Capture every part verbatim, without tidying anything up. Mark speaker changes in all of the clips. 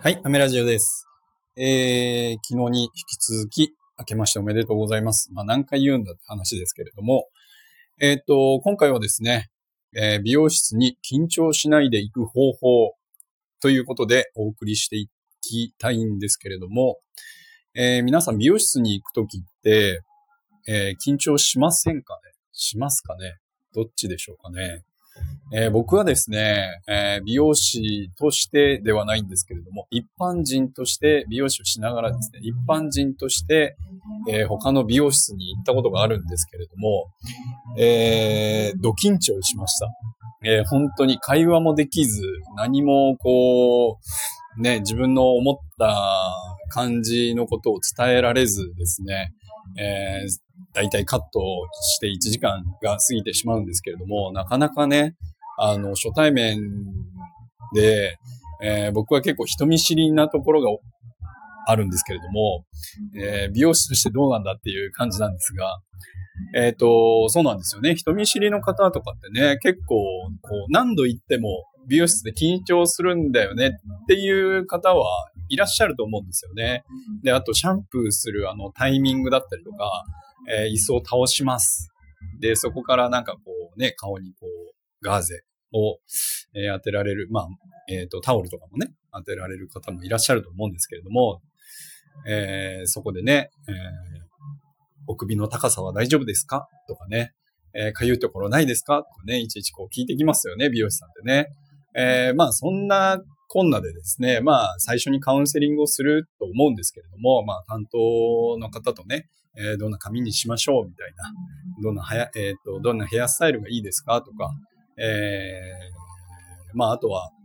Speaker 1: はい、アメラジオです。えー、昨日に引き続き、明けましておめでとうございます。まあ何回言うんだって話ですけれども、えっと、今回はですね、えー美容室に緊張しないで行く方法ということでお送りしていきたいんですけれども、えー皆さん美容室に行くときって、えー緊張しませんかね？しますかね？どっちでしょうかね？えー僕はですね、えー美容師としてではないんですけれども、一般人として美容師をしながらですね、一般人として、えー他の美容室に行ったことがあるんですけれども、えー、ド緊張しました。えー本当に会話もできず、何もこう、ね、自分の思った感じのことを伝えられずですね、えー、だいたいカットしていちじかんが過ぎてしまうんですけれども、なかなかね、あの、初対面で、えー僕は結構人見知りなところがあるんですけれども、えー美容師としてどうなんだっていう感じなんですが、えっと、そうなんですよね。人見知りの方とかってね、結構、こう、何度言っても美容室で緊張するんだよねっていう方はいらっしゃると思うんですよね。で、あと、シャンプーするあのタイミングだったりとか、えー椅子を倒します。で、そこからなんかこうね、顔にこう、ガーゼを、えー当てられる、まあ、えっと、タオルとかもね、当てられる方もいらっしゃると思うんですけれども、えーそこでね、えーお首の高さは大丈夫ですかとかね、えー、かゆいところないですかとかね、いちいちこう聞いてきますよね、美容師さんってね。えー、まあそんなこんなでですね、まあ最初にカウンセリングをすると思うんですけれども、まあ担当の方とね、えー、どんな髪にしましょうみたいな、どんなはや、えっと、どんなヘアスタイルがいいですかとか、えー、まああとは、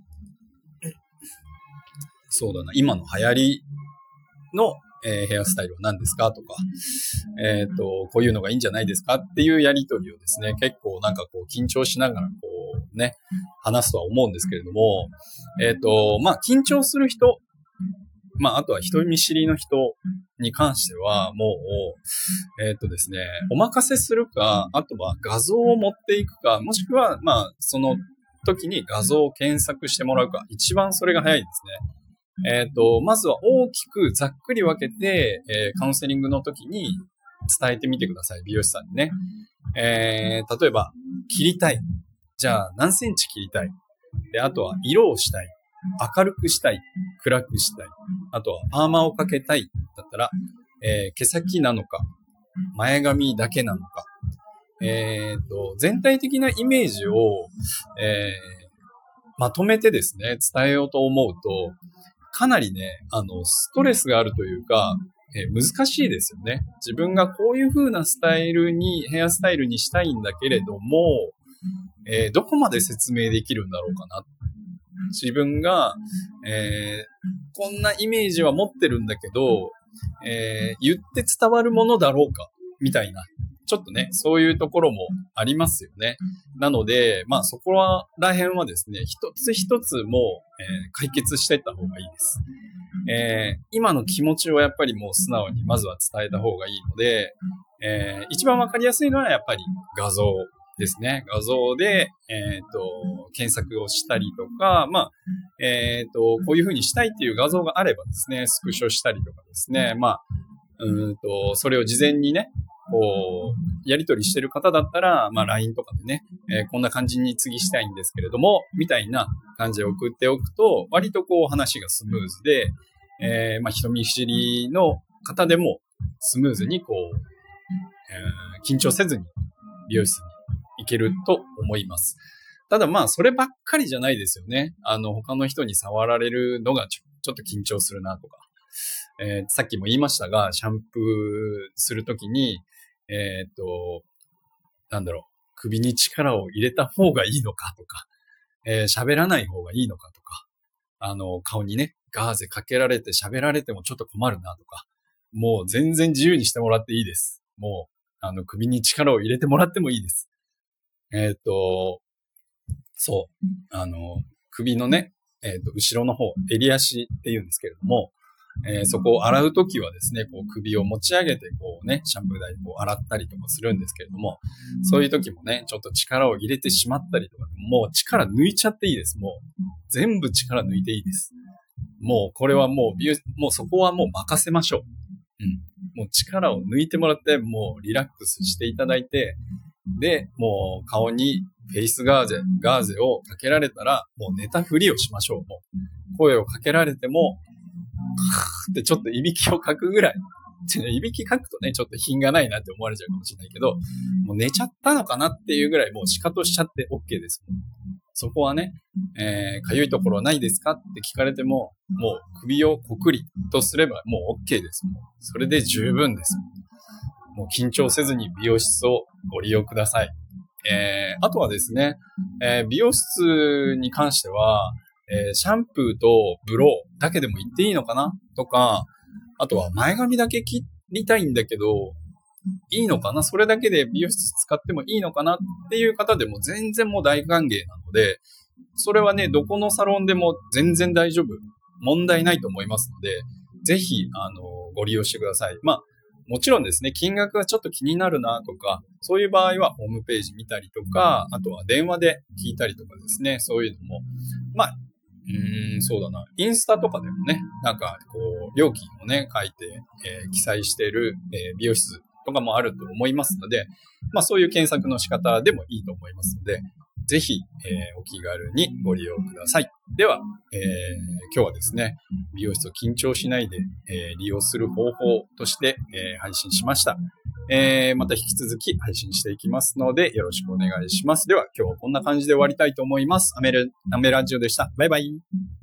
Speaker 1: そうだな、今の流行りの、えーヘアスタイルは何ですかとか、えっと、こういうのがいいんじゃないですかっていうやりとりをですね、結構なんかこう緊張しながらこうね、話すとは思うんですけれども、えっと、まあ緊張する人、まああとは人見知りの人に関してはもう、えっとですね、お任せするか、あとは画像を持っていくか、もしくはまあその時に画像を検索してもらうか、一番それが早いですね。えっと、まずは大きくざっくり分けて、えーカウンセリングの時に伝えてみてください。美容師さんにね。えー、例えば、切りたい。じゃあ、何センチ切りたい。で、あとは、色をしたい。明るくしたい。暗くしたい。あとは、パーマをかけたい。だったら、えー毛先なのか、前髪だけなのか。えっと、全体的なイメージを、えーまとめてですね、伝えようと思うと、かなりね、あの、ストレスがあるというか、えー難しいですよね。自分がこういう風なスタイルに、ヘアスタイルにしたいんだけれども、えーどこまで説明できるんだろうかな。自分が、えーこんなイメージは持ってるんだけど、えー言って伝わるものだろうか、みたいな。ちょっとね、そういうところもありますよね。なので、まあそこら辺はですね、一つ一つもう、えー解決していった方がいいです。えー今の気持ちをやっぱりもう素直にまずは伝えた方がいいので、えー一番わかりやすいのはやっぱり画像ですね。画像で、えっと、検索をしたりとか、まあ、えっと、こういう風にしたいっていう画像があればですね、スクショしたりとかですね、まあ、うーんと、それを事前にね、こう、やり取りしてる方だったら、まあ ライン とかでね、えーこんな感じに次したいんですけれども、みたいな感じで送っておくと、割とこう話がスムーズで、えーまあ人見知りの方でもスムーズにこう、えー緊張せずに美容室に行けると思います。ただまあそればっかりじゃないですよね。あの他の人に触られるのがちょちょっと緊張するなとか。えーさっきも言いましたが、シャンプーするときに、えーっと、なんだろう、首に力を入れた方がいいのかとか、えー喋らない方がいいのかとか、あの、顔にね、ガーゼかけられて喋られてもちょっと困るなとか、もう全然自由にしてもらっていいです。もう、あの、首に力を入れてもらってもいいです。えーっと、そう、あの、首のね、えーっと、後ろの方、襟足って言うんですけれども、えーそこを洗うときはですね、こう首を持ち上げて、こうね、シャンプー台でこう洗ったりとかするんですけれども、そういうときもね、ちょっと力を入れてしまったりとか、もう力抜いちゃっていいです。もう、全部力抜いていいです。 もうこれはもう美容、もうそこはもう任せましょう。うん。もう力を抜いてもらって、もうリラックスしていただいて、で、もう顔にフェイスガーゼ、ガーゼをかけられたら、もう寝たふりをしましょう。もう声をかけられても、カーってちょっといびきをかくぐらい。いびきかくとね、ちょっと品がないなって思われちゃうかもしれないけど、もう寝ちゃったのかなっていうぐらいもうシカトしちゃって OK です。そこはね、えー、かゆいところないですかって聞かれても、もう首をこくりとすればもう OK です。もうそれで十分です。もう緊張せずに美容室をご利用ください。えー、あとはですね、えー、美容室に関しては、えー、シャンプーとブローだけでも言っていいのかなとか、あとは前髪だけ切りたいんだけど、いいのかなそれだけで美容室使ってもいいのかなっていう方でも全然もう大歓迎なので、それはね、どこのサロンでも全然大丈夫。問題ないと思いますので、ぜひ、あの、ご利用してください。まあ、もちろんですね、金額がちょっと気になるなとか、そういう場合はホームページ見たりとか、あとは電話で聞いたりとかですね、そういうのも、まあ、うーん、そうだな。インスタとかでもね、なんか、こう、料金をね、書いて、えー記載している、えー美容室とかもあると思いますので、まあそういう検索の仕方でもいいと思いますので、ぜひ、えーお気軽にご利用ください。では、えー今日はですね、美容室を緊張しないで、えー利用する方法として、えー配信しました。えーまた引き続き配信していきますので、よろしくお願いします。では、今日はこんな感じで終わりたいと思います。アメル、アメラジオでした。バイバイ。